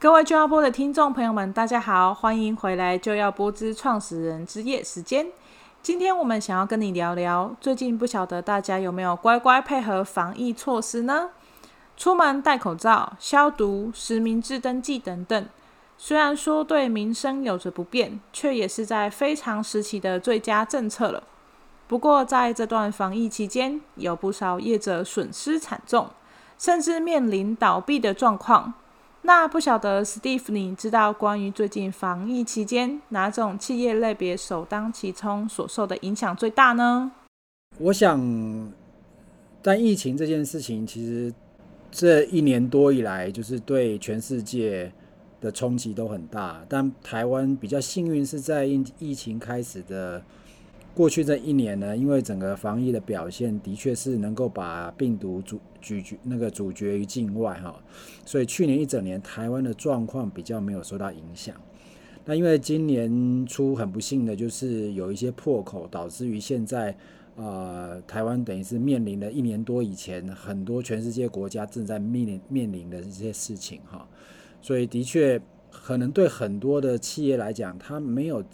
各位就要播的听众朋友们，大家好，欢迎回来就要播之创始人之夜时间。今天我们想要跟你聊聊，最近不晓得大家有没有乖乖配合防疫措施呢？出门戴口罩、消毒、实名制登记等等。虽然说对民生有着不便，却也是在非常时期的最佳政策了。不过在这段防疫期间，有不少业者损失惨重，甚至面临倒闭的状况。那不晓得 Steve 你知道关于最近防疫期间哪种企业类别首当其冲所受的影响最大呢？ 我想，但疫情这件事情，其实这1年多以来，就是对全世界的冲击都很大。但台湾比较幸运，是在疫情开始的过去这1年呢，因为整个防疫的表现的确是能够把病毒阻绝于境外哈，所以去年一整年台湾的状况比较没有受到影响。那因为今年初很不幸的就是有一些破口，导致于现在台湾等于是面临了1年多以前很多全世界国家正在面临的这些事情哈，所以的确可能对很多的企业来讲，它没有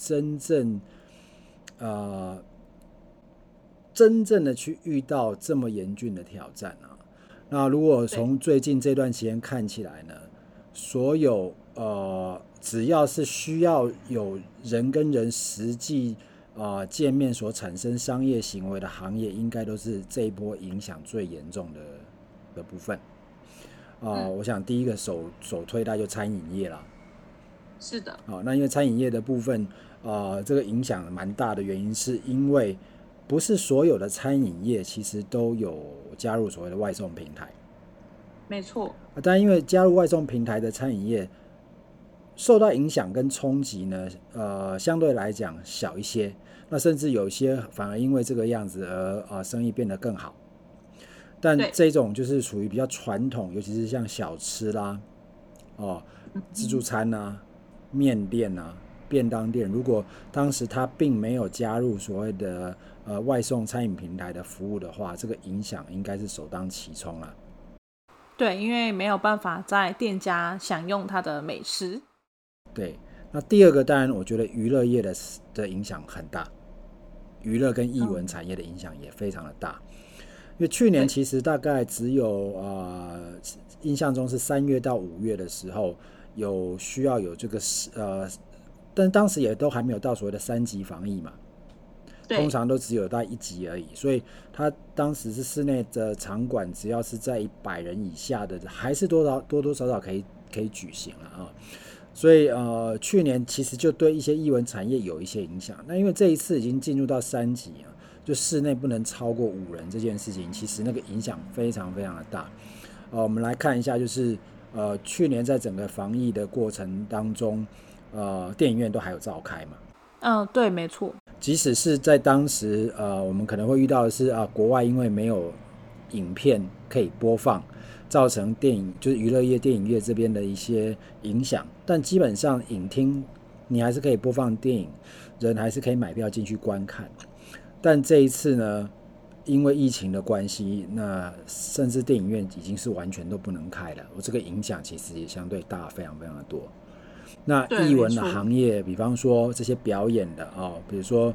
真正的去遇到这么严峻的挑战啊。那如果从最近这段期间看起来呢，所有只要是需要有人跟人实际见面所产生商业行为的行业，应该都是这一波影响最严重的部分。我想第一个首推大概就餐饮业啦。 是的。 那因为餐饮业的部分，这个影响蛮大的原因，是因为不是所有的餐饮业其实都有加入所谓的外送平台。 没错。 但因为加入外送平台的餐饮业受到影响跟冲击呢，相对来讲小一些。那甚至有些反而因为这个样子而生意变得更好。但这种就是属于比较传统，尤其是像小吃啦、自助餐啊、面店啊、便当店，如果当时他并没有加入所谓的外送餐饮平台的服务的话，这个影响应该是首当其冲啦。 对，因为没有办法在店家享用它的美食。 对，那第二个当然我觉得娱乐业的影响很大，娱乐跟艺文产业的影响也非常的大。因为去年其实大概只有印象中是3月到5月的时候有需要有这个但当时也都还没有到所谓的3级防疫嘛，通常都只有到1级而已，所以他当时是室内的场馆，只要是在100人以下的，还是多多少少可以举行了啊。所以去年其实就对一些艺文产业有一些影响。那因为这一次已经进入到3级啊，就室内不能超过5人这件事情，其实那个影响非常非常的大。我们来看一下，就是去年在整个防疫的过程当中，电影院都还有照开嘛。 对，没错。 即使是在当时，我们可能会遇到的是国外因为没有影片可以播放，造成电影就是娱乐业、电影业这边的一些影响，但基本上影厅你还是可以播放电影，人还是可以买票进去观看。但这一次呢，因为疫情的关系，那甚至电影院已经是完全都不能开了，这个影响其实也相对大，非常非常的多。那艺文的行业，比方说这些表演的比如说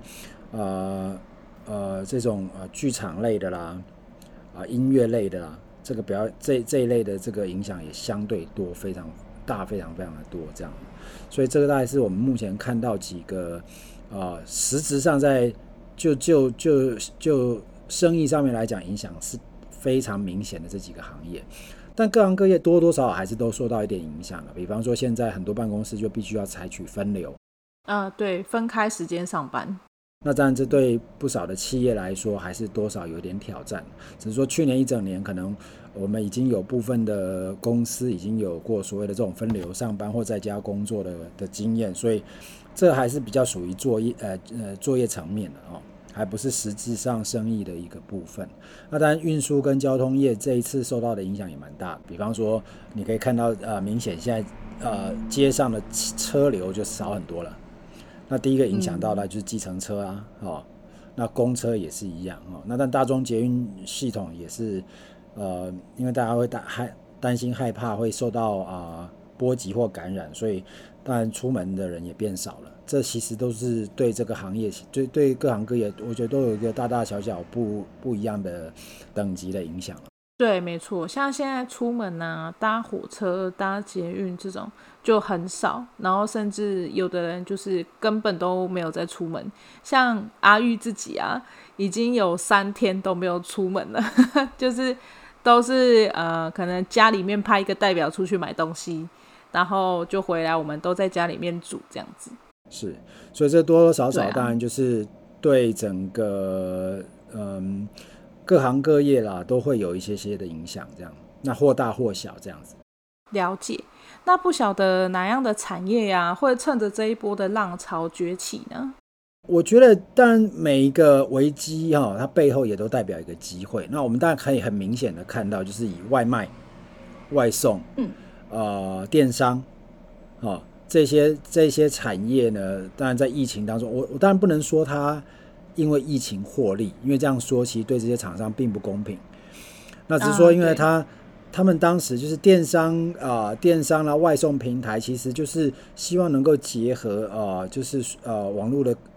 这种剧场类的啦，音乐类的啦，这一类的这个影响也相对多，非常大，非常非常的多这样。所以这个大概是我们目前看到几个实质上在就生意上面来讲，影响是非常明显的这几个行业。但各行各业多多少少还是都受到一点影响了。比方说现在很多办公室就必须要采取分流， 对，分开时间上班。 那当然这对不少的企业来说还是多少有点挑战。只是说去年一整年可能我们已经有部分的公司已经有过所谓的这种分流上班或在家工作的经验，所以这还是比较属于作业层面的还不是实际上生意的一个部分。那当然运输跟交通业这一次受到的影响也蛮大，比方说你可以看到明显现在街上的车流就少很多了。那第一个影响到的就是计程车啊，那公车也是一样那但大众捷运系统也是因为大家会担心害怕会受到波及或感染，所以当然出门的人也变少了。这其实都是对这个行业，对各行各业，我觉得都有一个大大小小不一样的等级的影响。 对，没错，像现在出门啊，搭火车、搭捷运这种就很少，然后甚至有的人就是根本都没有在出门。像阿玉自己啊，已经有3天都没有出门了，就是都是可能家里面派一个代表出去买东西，然后就回来，我们都在家里面煮这样子。 是，所以这多多少少当然就是对整个各行各业啦都会有一些的影响，这样，那或大或小这样子。 了解。那不晓得哪样的产业啊，会趁着这一波的浪潮崛起呢？ 我觉得，当然每一个危机它背后也都代表一个机会。那我们当然可以很明显的看到，就是以外卖、外送、电商，这些产业呢，当然在疫情当中，我当然不能说它因为疫情获利，因为这样说其实对这些厂商并不公平。那只是说，因为他们当时就是电商啦、外送平台，其实就是希望能够结合就是网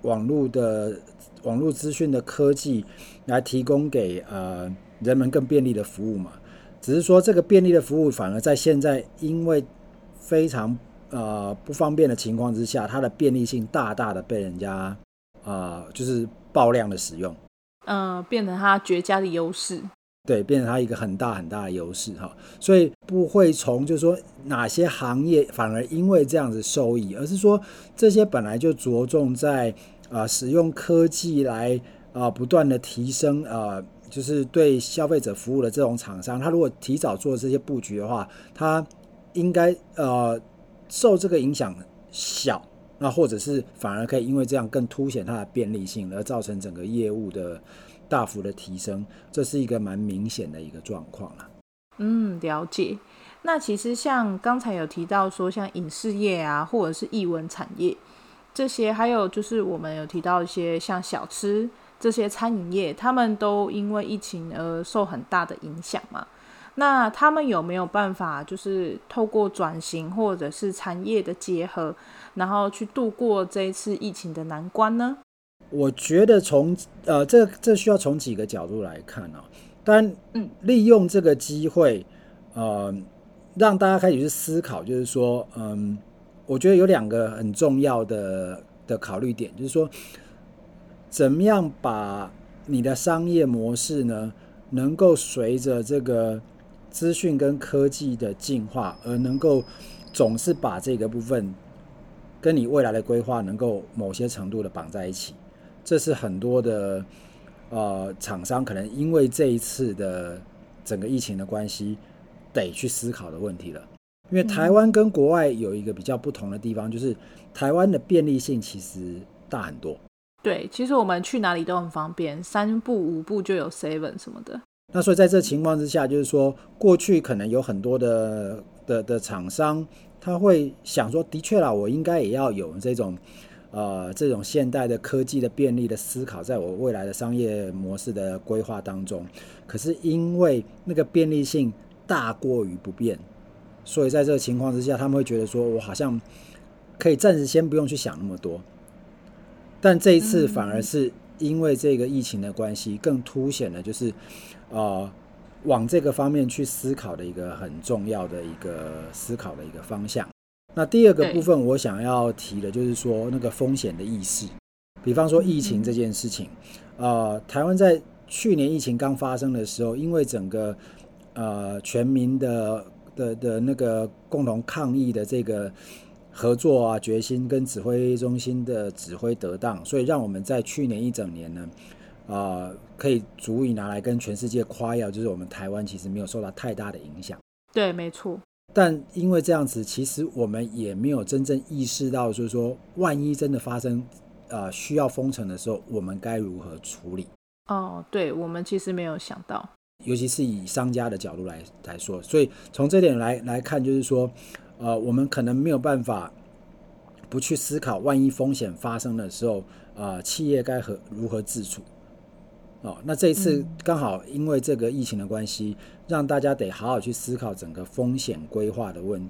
络资讯的科技来提供给人们更便利的服务嘛。只是说这个便利的服务反而在现在因为非常不方便的情况之下，它的便利性大大的被人家就是爆量的使用， 变成它绝佳的优势。 对，变成它一个很大很大的优势哈，所以不会从就是说哪些行业反而因为这样子受益，而是说这些本来就着重在使用科技来不断的提升就是对消费者服务的这种厂商，他如果提早做这些布局的话，他应该受这个影响小，那或者是反而可以因为这样更凸显它的便利性，而造成整个业务的大幅的提升，这是一个蛮明显的一个状况啦。 了解。那其实像刚才有提到说，像影视业啊，或者是艺文产业这些，还有就是我们有提到一些像小吃这些餐饮业，他们都因为疫情而受很大的影响嘛。那他们有没有办法，就是透过转型或者是产业的结合，然后去度过这一次疫情的难关呢？ 我觉得这需要从几个角度来看当然，利用这个机会，让大家开始去思考，就是说，我觉得有2个很重要的考虑点，就是说，怎么样把你的商业模式呢，能够随着这个资讯跟科技的进化，而能够总是把这个部分跟你未来的规划能够某些程度的绑在一起。这是很多的厂商可能因为这一次的整个疫情的关系得去思考的问题了。因为台湾跟国外有一个比较不同的地方，就是台湾的便利性其实大很多。 对，其实我们去哪里都很方便，3步5步就有 7 什么的。 那所以在这情况之下，就是说过去可能有很多的厂商，他会想说，的确啦，我应该也要有这种现代的科技的便利的思考，在我未来的商业模式的规划当中。可是因为那个便利性大过于不便，所以在这个情况之下，他们会觉得说，我好像可以暂时先不用去想那么多。但这一次反而是因为这个疫情的关系，更凸显了就是往这个方面去思考的一个很重要的一个思考的一个方向。那第2个部分我想要提的就是说那个风险的意识，比方说疫情这件事情，台湾在去年疫情刚发生的时候，因为整个全民的那个共同抗疫的这个合作决心跟指挥中心的指挥得当，所以让我们在去年一整年呢，可以足以拿来跟全世界夸耀，就是我们台湾其实没有受到太大的影响。 对，没错。 但因为这样子，其实我们也没有真正意识到，就是说，万一真的发生需要封城的时候，我们该如何处理？ 对，我们其实没有想到， 尤其是以商家的角度来说，所以从这点来看，就是说，我们可能没有办法不去思考，万一风险发生的时候，企业该如何自处。那这一次刚好因为这个疫情的关系，让大家得好好去思考整个风险规划的问题，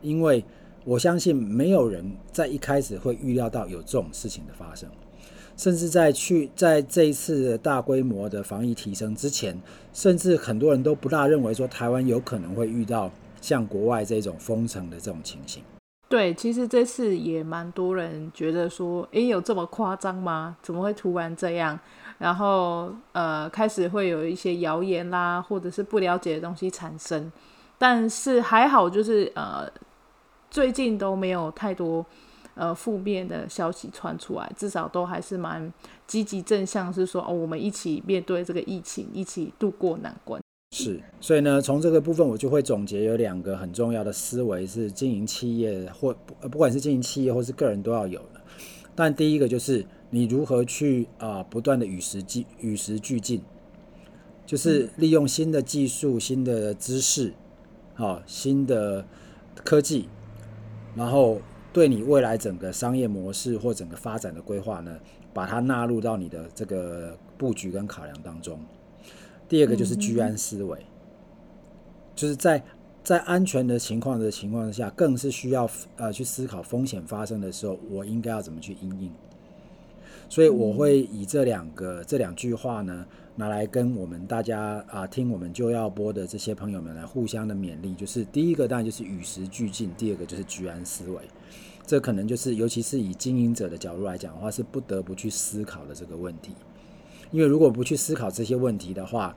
因为我相信没有人在一开始会预料到有这种事情的发生，甚至在这一次的大规模的防疫提升之前，甚至很多人都不大认为说台湾有可能会遇到像国外这种封城的这种情形。 对，其实这次也蛮多人觉得说，有这么夸张吗？怎么会突然这样？然后开始会有一些谣言啦，或者是不了解的东西产生。但是还好，就是最近都没有太多负面的消息传出来，至少都还是蛮积极正向，是说我们一起面对这个疫情，一起度过难关。 是，所以呢，从这个部分我就会总结有2个很重要的思维是经营企业或不管是经营企业或是个人都要有的。但第一个就是你如何去不断的与时俱进，就是利用新的技术、新的知识、新的科技，然后对你未来整个商业模式或整个发展的规划呢，把它纳入到你的这个布局跟考量当中。第二个就是居安思危，就是在安全的情况下，更是需要去思考风险发生的时候，我应该要怎么去因应。所以我会以这两句话呢，拿来跟我们大家听我们就要播的这些朋友们来互相的勉励。就是第一个当然就是与时俱进，第二个就是居安思危。这可能就是尤其是以经营者的角度来讲的话，是不得不去思考的这个问题。因为如果不去思考这些问题的话，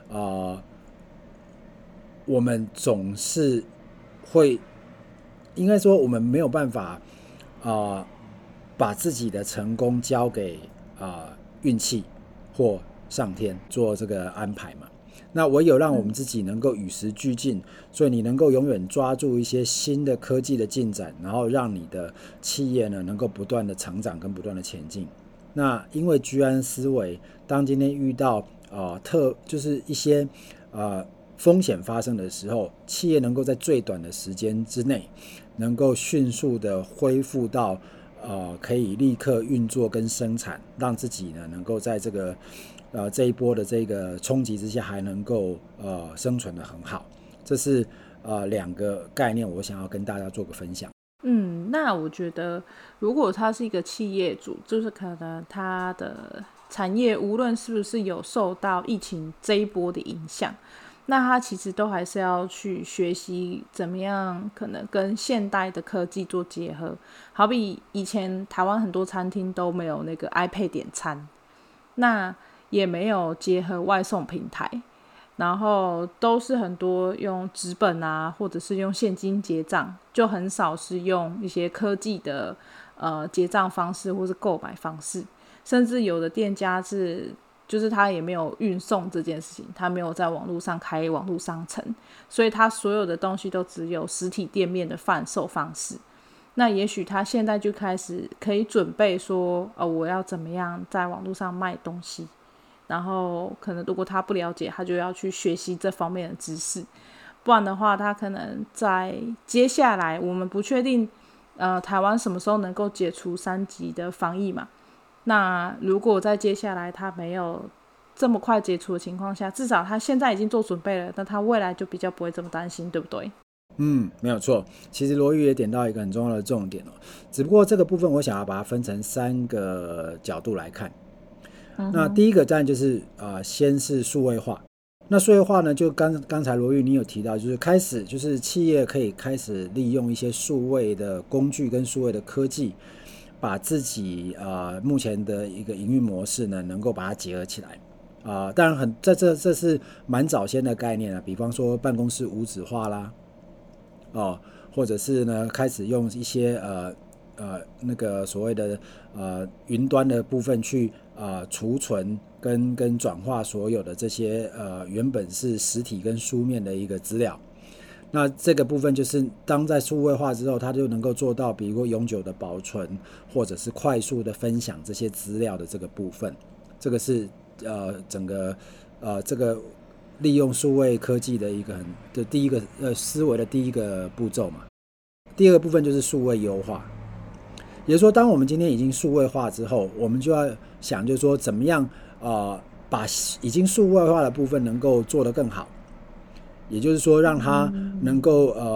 我们总是会，应该说我们没有办法把自己的成功交给运气或上天做这个安排嘛。那唯有让我们自己能够与时俱进，所以你能够永远抓住一些新的科技的进展，然后让你的企业呢能够不断的成长跟不断的前进。那因为居安思危，当今天遇到就是一些风险发生的时候，企业能够在最短的时间之内，能够迅速的恢复到可以立刻运作跟生产，让自己呢能够在这一波的这个冲击之下，还能够生存得很好。这是2个概念，我想要跟大家做个分享。 那我觉得如果他是一个企业主，就是可能他的产业无论是不是有受到疫情这一波的影响，那他其实都还是要去学习怎么样可能跟现代的科技做结合。好比以前台湾很多餐厅都没有那个 iPad 点餐，那也没有结合外送平台，然后都是很多用纸本或者是用现金结账，就很少是用一些科技的结账方式或是购买方式。甚至有的店家就是他也没有运送这件事情，他没有在网络上开网络商城，所以他所有的东西都只有实体店面的贩售方式。那也许他现在就开始可以准备说我要怎么样在网络上卖东西，然后可能如果他不了解，他就要去学习这方面的知识。不然的话，他可能在接下来我们不确定台湾什么时候能够解除3级的防疫嘛。那如果在接下来他没有这么快解除的情况下，至少他现在已经做准备了，那他未来就比较不会这么担心，对不对？ 没有错。其实罗玉也点到一个很重要的重点只不过这个部分我想要把它分成3个角度来看。那第一个当然就是先是数位化。那数位化呢，就刚才罗玉你有提到，就是开始就是企业可以开始利用一些数位的工具跟数位的科技，把自己目前的一个营运模式呢，能够把它结合起来。当然这是蛮早先的概念比方说办公室无纸化啦，或者是呢开始用一些那个所谓的云端的部分去储存跟转化所有的这些原本是实体跟书面的一个资料。那这个部分就是当在数位化之后，它就能够做到比如说永久的保存，或者是快速的分享这些资料的这个部分。这个是整个这个利用数位科技的第一个思维的第一个步骤嘛。第二个部分就是数位优化，也就是说当我们今天已经数位化之后，我们就要想就是说怎么样把已经数位化的部分能够做得更好，也就是说让它能够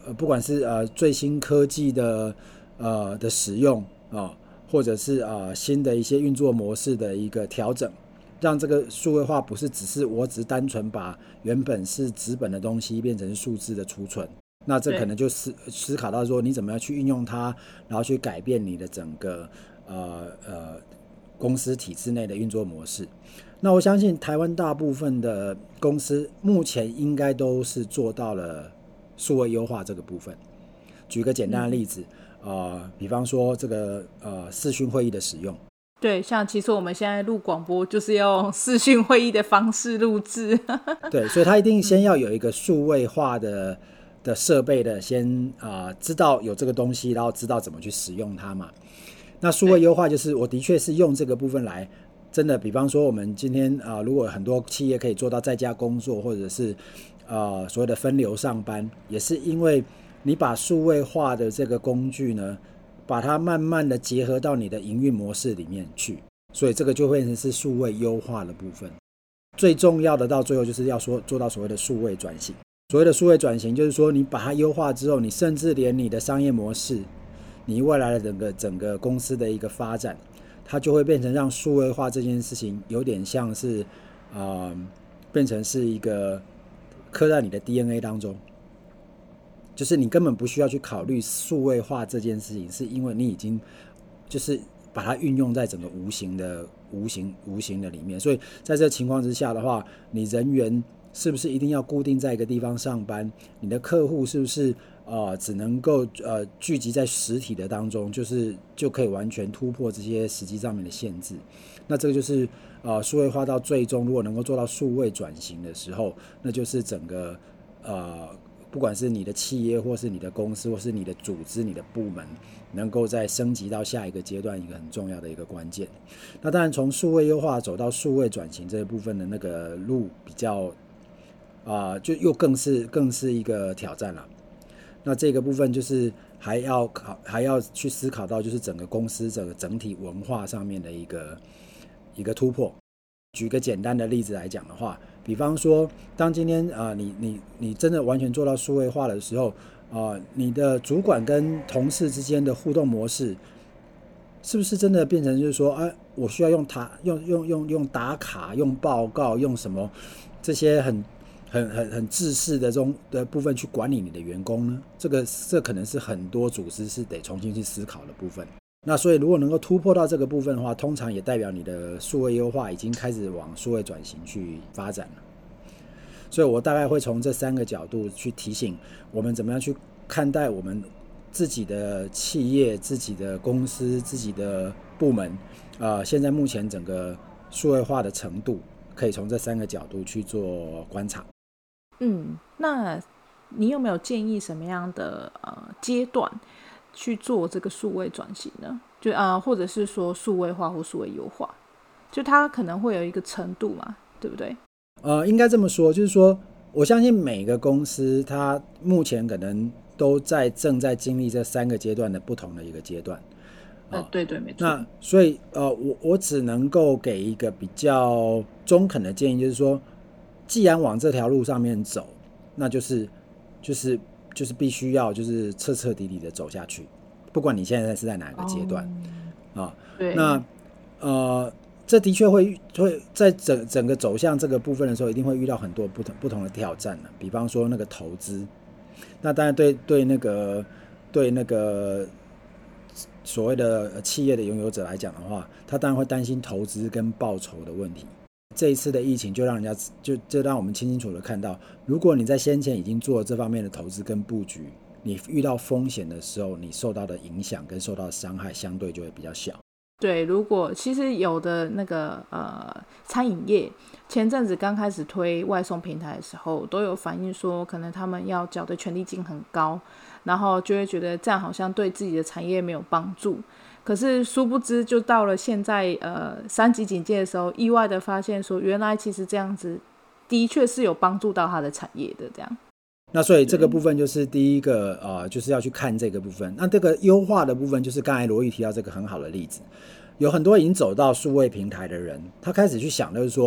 不管是最新科技的使用或者是新的一些运作模式的一个调整，让这个数位化不是只是我只单纯把原本是纸本的东西变成数字的储存，那这可能就思考到说你怎么样去运用它，然后去改变你的整个公司体制内的运作模式。那我相信台湾大部分的公司目前应该都是做到了数位优化这个部分。举个简单的例子，比方说这个视讯会议的使用。 对，像其实我们现在录广播就是用视讯会议的方式录制。 对，所以它一定先要有一个数位化的设备的，先知道有这个东西，然后知道怎么去使用它嘛。那数位优化就是我的确是用这个部分来真的，比方说我们今天如果很多企业可以做到在家工作，或者是所谓的分流上班，也是因为你把数位化的这个工具呢，把它慢慢的结合到你的营运模式里面去，所以这个就会变成是数位优化的部分。最重要的到最后就是要做到所谓的数位转型。所谓的数位转型就是说你把它优化之后，你甚至连你的商业模式，你未来的整个公司的一个发展，它就会变成让数位化这件事情有点像是变成是一个刻在你的 DNA 当中，就是你根本不需要去考虑数位化这件事情，是因为你已经就是把它运用在整个无形的里面。所以在这个情况之下的话，你人员是不是一定要固定在一个地方上班？你的客户是不是只能够聚集在实体的当中，就可以完全突破这些实际上面的限制？那这个就是数位化到最终如果能够做到数位转型的时候，那就是整个不管是你的企业或是你的公司或是你的组织你的部门能够再升级到下一个阶段一个很重要的一个关键。那当然从数位优化走到数位转型这一部分的那个路比较就又更是一个挑战了。那这个部分就是还要去思考到就是整个公司整体文化上面的一个突破。举个简单的例子来讲的话，比方说当今天你真的完全做到数位化的时候，你的主管跟同事之间的互动模式是不是真的变成就是说我需要用打卡用报告用什么这些很制式的的部分去管理你的员工呢？这可能是很多组织是得重新去思考的部分。那所以如果能够突破到这个部分的话，通常也代表你的数位优化已经开始往数位转型去发展了。所以我大概会从这3个角度去提醒我们怎么样去看待我们自己的企业、自己的公司、自己的部门现在目前整个数位化的程度，可以从这3个角度去做观察。 那你有没有建议什么样的阶段去做这个数位转型呢？就或者是说数位化或数位优化，就它可能会有一个程度嘛，对不对？ 应该这么说，就是说我相信每个公司它目前可能都正在经历这3个阶段的不同的一个阶段。 对，没错。 那所以我只能够给一个比较中肯的建议，就是说既然往这条路上面走，那就是必须要就是彻底的走下去，不管你现在是在哪个阶段对。 那这的确会在整个走向这个部分的时候，一定会遇到很多不同的挑战的。比方说那个投资，那当然对那个所谓的企业的拥有者来讲的话，他当然会担心投资跟报酬的问题。这一次的疫情就让我们清楚的看到，如果你在先前已经做了这方面的投资跟布局，你遇到风险的时候，你受到的影响跟受到的伤害相对就会比较小。 对，如果其实有的那个餐饮业前阵子刚开始推外送平台的时候，都有反映说可能他们要缴的权利金很高，然后就会觉得这样好像对自己的产业没有帮助。可是殊不知就到了现在3级警戒的时候，意外的发现说原来其实这样子的确是有帮助到他的产业的这样。 那所以这个部分就是第一个就是要去看这个部分。那这个优化的部分就是刚才罗毅提到这个很好的例子，有很多已经走到数位平台的人，他开始去想就是说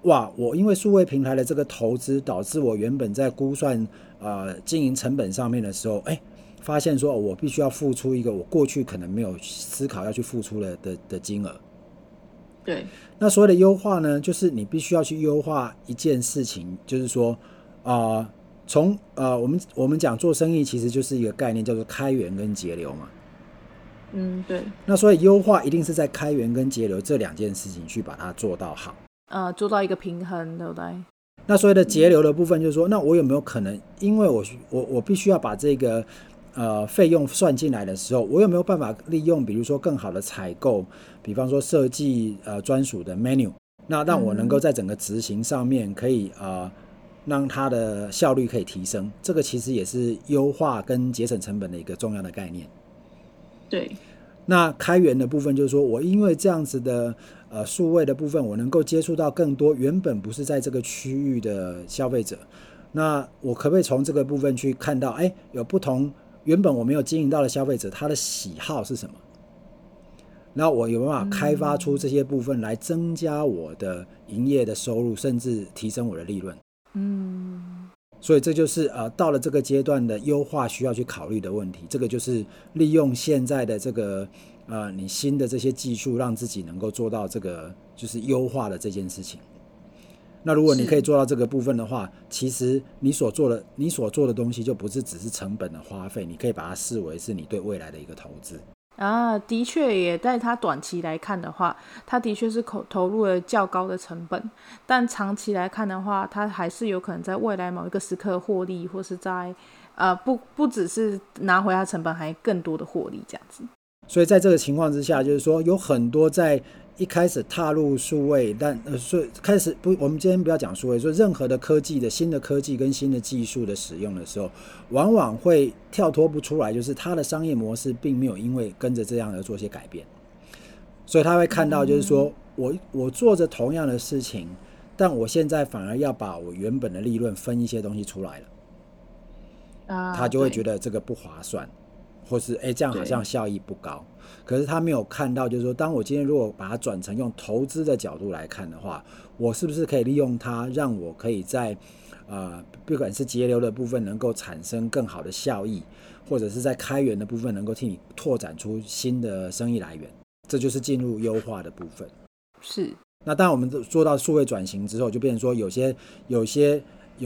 哇，我因为数位平台的这个投资，导致我原本在估算经营成本上面的时候，发现说我必须要付出一个我过去可能没有思考要去付出的金额。 对， 那所谓的优化呢，就是你必须要去优化一件事情，就是说从我们讲做生意其实就是一个概念叫做开源跟节流嘛。 对。 那所以优化一定是在开源跟节流这两件事情去把它做到好， 做到一个平衡，对不对？ 那所谓的节流的部分就是说，那我有没有可能，因为我必须要把这个费用算进来的时候，我有没有办法利用比如说更好的采购，比方说设计专属的 menu， 那让我能够在整个执行上面可以让它的效率可以提升，这个其实也是优化跟节省成本的一个重要的概念。 对， 那开源的部分就是说，我因为这样子的数位的部分，我能够接触到更多原本不是在这个区域的消费者，那我可不可以从这个部分去看到，有不同原本我没有经营到的消费者，他的喜好是什么？然后我有办法开发出这些部分来增加我的营业的收入，甚至提升我的利润。所以这就是到了这个阶段的优化需要去考虑的问题。这个就是利用现在的这个你新的这些技术，让自己能够做到这个就是优化的这件事情。那如果你可以做到这个部分的话，其实你所做的东西就不是只是成本的花费，你可以把它视为是你对未来的一个投资。 的确也在它短期来看的话，它的确是投入了较高的成本，但长期来看的话，它还是有可能在未来某一个时刻获利，或是在不只是拿回它成本，还更多的获利这样子。 所以在这个情况之下，就是说有很多在一开始踏入数位，但开始不，我们今天不要讲数位，说任何的科技的新的科技跟新的技术的使用的时候，往往会跳脱不出来，就是它的商业模式并没有因为跟着这样而做些改变，所以他会看到就是说我做着同样的事情，但我现在反而要把我原本的利润分一些东西出来了，他就会觉得这个不划算。或是这样好像效益不高，可是他没有看到就是说，当我今天如果把它转成用投资的角度来看的话，我是不是可以利用它，让我可以在不管是节流的部分能够产生更好的效益，或者是在开源的部分能够替你拓展出新的生意来源，这就是进入优化的部分。 是。 那当然我们做到数位转型之后，就变成说有些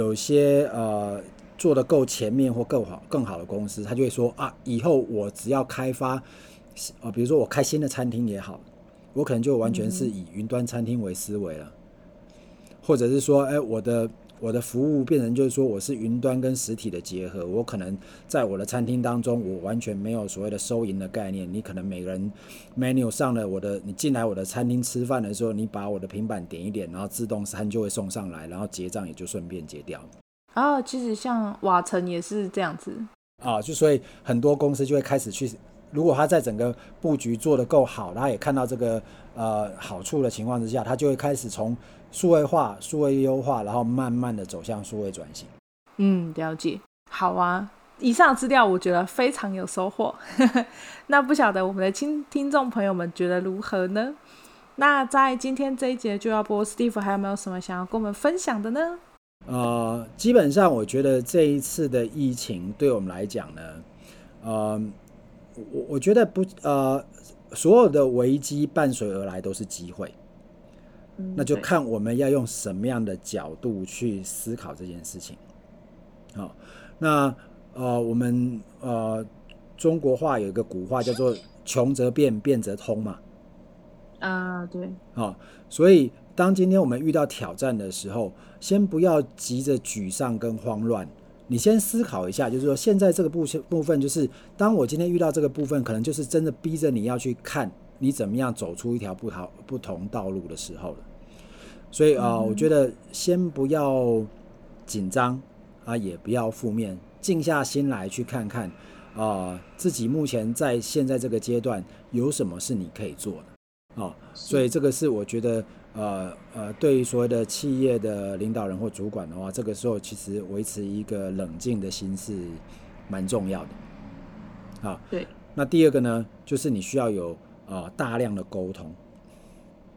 做得够前面或更好的公司，他就会说以后我只要开发比如说我开新的餐厅也好，我可能就完全是以云端餐厅为思维了，或者是说我的服务变成就是说我是云端跟实体的结合，我可能在我的餐厅当中我完全没有所谓的收银的概念，你可能每个人 menu 上了你进来我的餐厅吃饭的时候，你把我的平板点一点，然后自动餐就会送上来，然后结账也就顺便结掉。 其实像瓦城也是这样子就所以很多公司就会开始去，如果他在整个布局做得够好，他也看到这个好处的情况之下，他就会开始从数位化、数位优化，然后慢慢的走向数位转型。 了解。好啊，以上资料我觉得非常有收获那不晓得我们的听众朋友们觉得如何呢？那在今天这一节就要播 Steve 还有没有什么想要跟我们分享的呢？ 基本上我觉得这一次的疫情对我们来讲呢，我觉得所有的危机伴随而来都是机会，那就看我们要用什么样的角度去思考这件事情。那我们中国话有一个古话叫做穷则变，变则通嘛。 对。 所以当今天我们遇到挑战的时候，先不要急着沮丧跟慌乱，你先思考一下，就是说现在这个部分，就是当我今天遇到这个部分，可能就是真的逼着你要去看你怎么样走出一条不同道路的时候了。所以我觉得先不要紧张也不要负面，静下心来去看看自己目前在现在这个阶段有什么是你可以做的。所以这个是我觉得对于所谓的企业的领导人或主管的话，这个时候其实维持一个冷静的心是蛮重要的。 对。 那第二个呢，就是你需要有大量的沟通。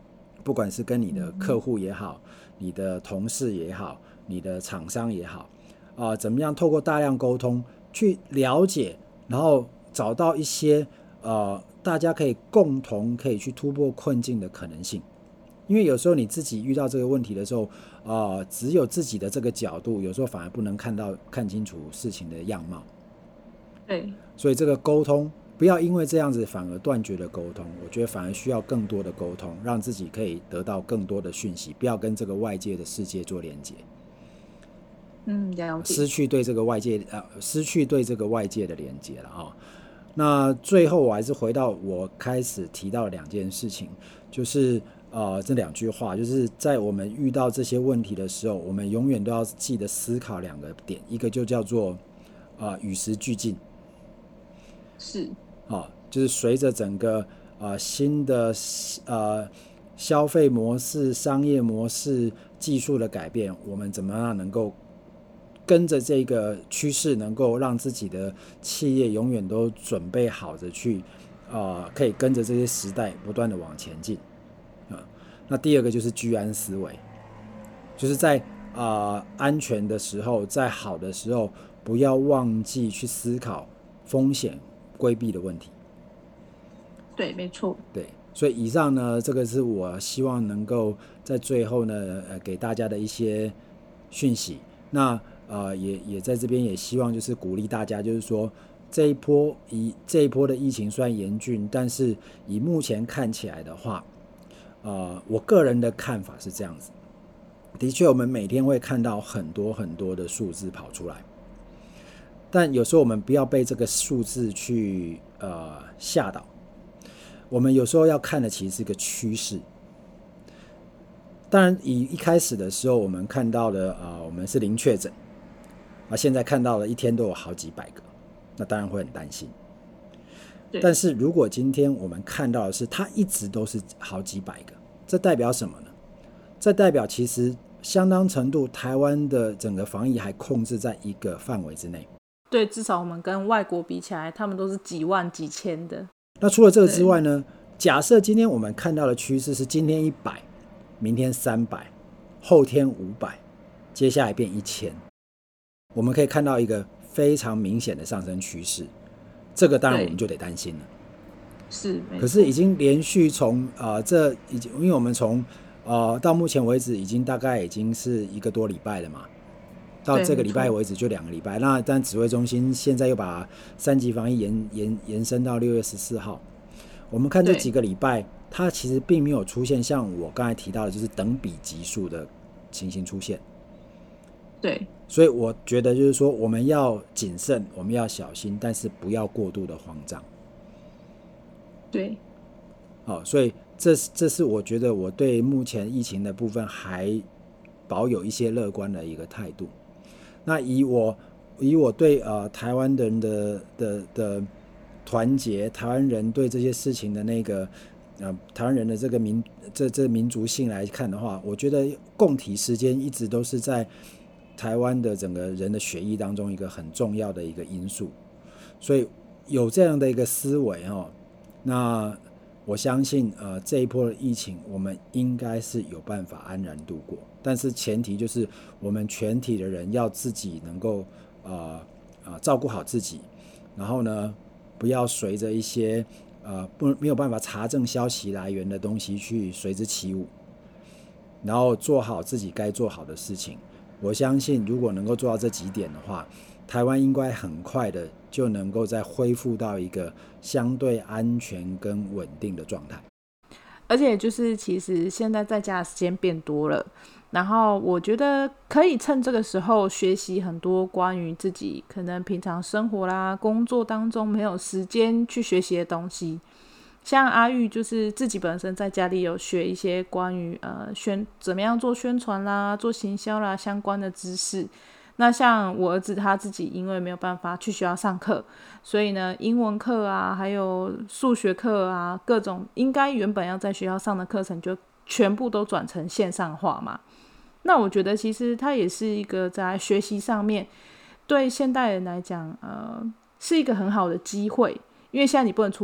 不管是跟你的客户也好，你的同事也好，你的厂商也好，怎么样透过大量沟通去了解，然后找到一些大家可以共同可以去突破困境的可能性。因为有时候你自己遇到这个问题的时候，只有自己的这个角度，有时候反而不能看清楚事情的样貌。 对， 所以这个沟通不要因为这样子反而断绝了沟通，我觉得反而需要更多的沟通，让自己可以得到更多的讯息，不要跟这个外界的世界做连接。 了解。 失去对这个外界的连接了啊。那最后我还是回到我开始提到的2件事情，就是这2句话，就是在我们遇到这些问题的时候，我们永远都要记得思考2个点，一个就叫做与时俱进， 是就是随着整个新的消费模式、商业模式、技术的改变，我们怎么样能够跟着这个趋势，能够让自己的企业永远都准备好着去可以跟着这些时代不断的往前进。那第2个就是居安思危，就是在安全的时候，在好的时候，不要忘记去思考风险规避的问题。 对，没错。 对，所以以上呢，这个是我希望能够在最后呢，给大家的一些讯息。那也在这边也希望就是鼓励大家，就是说这一波的疫情虽然严峻，但是以目前看起来的话，我个人的看法是这样子。的确，我们每天会看到很多很多的数字跑出来，但有时候我们不要被这个数字去吓倒。我们有时候要看的其实是一个趋势。当然，一开始的时候，我们看到的我们是0确诊，现在看到了一天都有好几百个，那当然会很担心。但是如果今天我们看到的是它一直都是好几百个，这代表什么呢？这代表其实相当程度台湾的整个防疫还控制在一个范围之内。 对，至少我们跟外国比起来，他们都是几万几千的。 那除了这个之外呢，假设今天我们看到的趋势是今天100，明天300，后天500，接下来变1000，我们可以看到一个非常明显的上升趋势，这个当然我们就得担心了。 是， 可是已经连续从因为我们从到目前为止已经大概已经是1个多礼拜了嘛，到这个礼拜为止就2个礼拜。那但指挥中心现在又把3级防疫延伸到6月14号。我们看这几个礼拜，它其实并没有出现像我刚才提到的，就是等比级数的情形出现。 对， 所以我觉得就是说，我们要谨慎，我们要小心，但是不要过度的慌张。 对， 所以这是我觉得我对目前疫情的部分还保有一些乐观的一个态度。那以我对台湾人的团结，台湾人对这些事情的那个台湾人的这个民族性来看的话，我觉得共体时间一直都是在台湾的整个人的血液当中一个很重要的一个因素。所以有这样的一个思维那我相信这一波的疫情我们应该是有办法安然度过，但是前提就是我们全体的人要自己能够照顾好自己，然后呢不要随着一些没有办法查证消息来源的东西去随之起舞，然后做好自己该做好的事情。我相信如果能够做到这几点的话，台湾应该很快的就能够再恢复到一个相对安全跟稳定的状态。 而且就是其实现在在家的时间变多了，然后我觉得可以趁这个时候学习很多关于自己可能平常生活啦、工作当中没有时间去学习的东西。像阿玉就是自己本身在家里有学一些关于怎么样做宣传啦、做行销啦相关的知识。那像我儿子他自己因为没有办法去学校上课，所以呢英文课啊还有数学课啊各种应该原本要在学校上的课程就全部都转成线上化嘛。那我觉得其实它也是一个在学习上面对现代人来讲是一个很好的机会，因为现在你不能出门，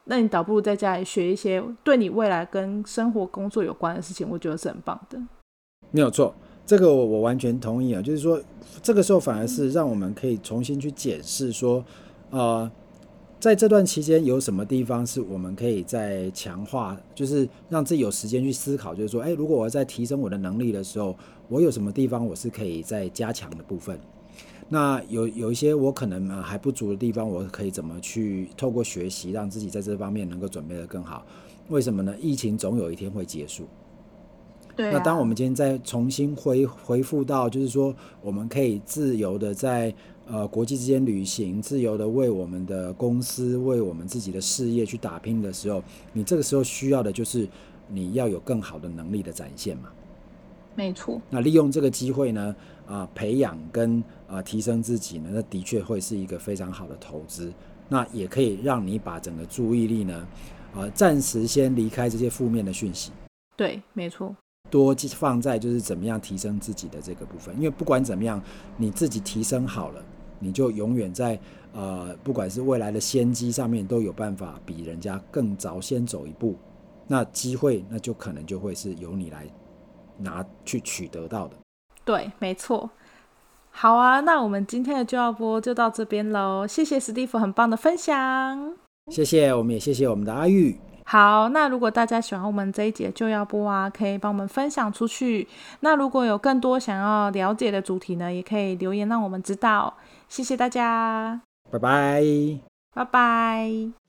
那你倒不如在家里学一些对你未来跟生活工作有关的事情，我觉得是很棒的。 没有错，这个我完全同意啊。就是说，这个时候反而是让我们可以重新去检视说，在这段期间有什么地方是我们可以再强化，就是让自己有时间去思考，就是说，如果我在提升我的能力的时候，我有什么地方我是可以再加强的部分。那有一些我可能还不足的地方，我可以怎么去透过学习让自己在这方面能够准备得更好？为什么呢？疫情总有一天会结束。 对啊， 那当我们今天再重新恢复到，就是说我们可以自由的在国际之间旅行，自由的为我们的公司、为我们自己的事业去打拼的时候，你这个时候需要的就是你要有更好的能力的展现嘛。 没错。 那利用这个机会呢，培养跟提升自己呢，那的确会是一个非常好的投资。那也可以让你把整个注意力呢，暂时先离开这些负面的讯息。 对，没错。 多放在就是怎么样提升自己的这个部分，因为不管怎么样，你自己提升好了，你就永远在不管是未来的先机上面都有办法比人家更早先走一步，那机会那就可能就会是由你来拿去取得到的。 对，没错。好啊，那我们今天的就要播就到这边咯，谢谢史蒂夫很棒的分享。 谢谢，我们也谢谢我们的阿玉。 好，那如果大家喜欢我们这一节就要播啊，可以帮我们分享出去。那如果有更多想要了解的主题呢，也可以留言让我们知道。谢谢大家， 拜拜， 拜拜。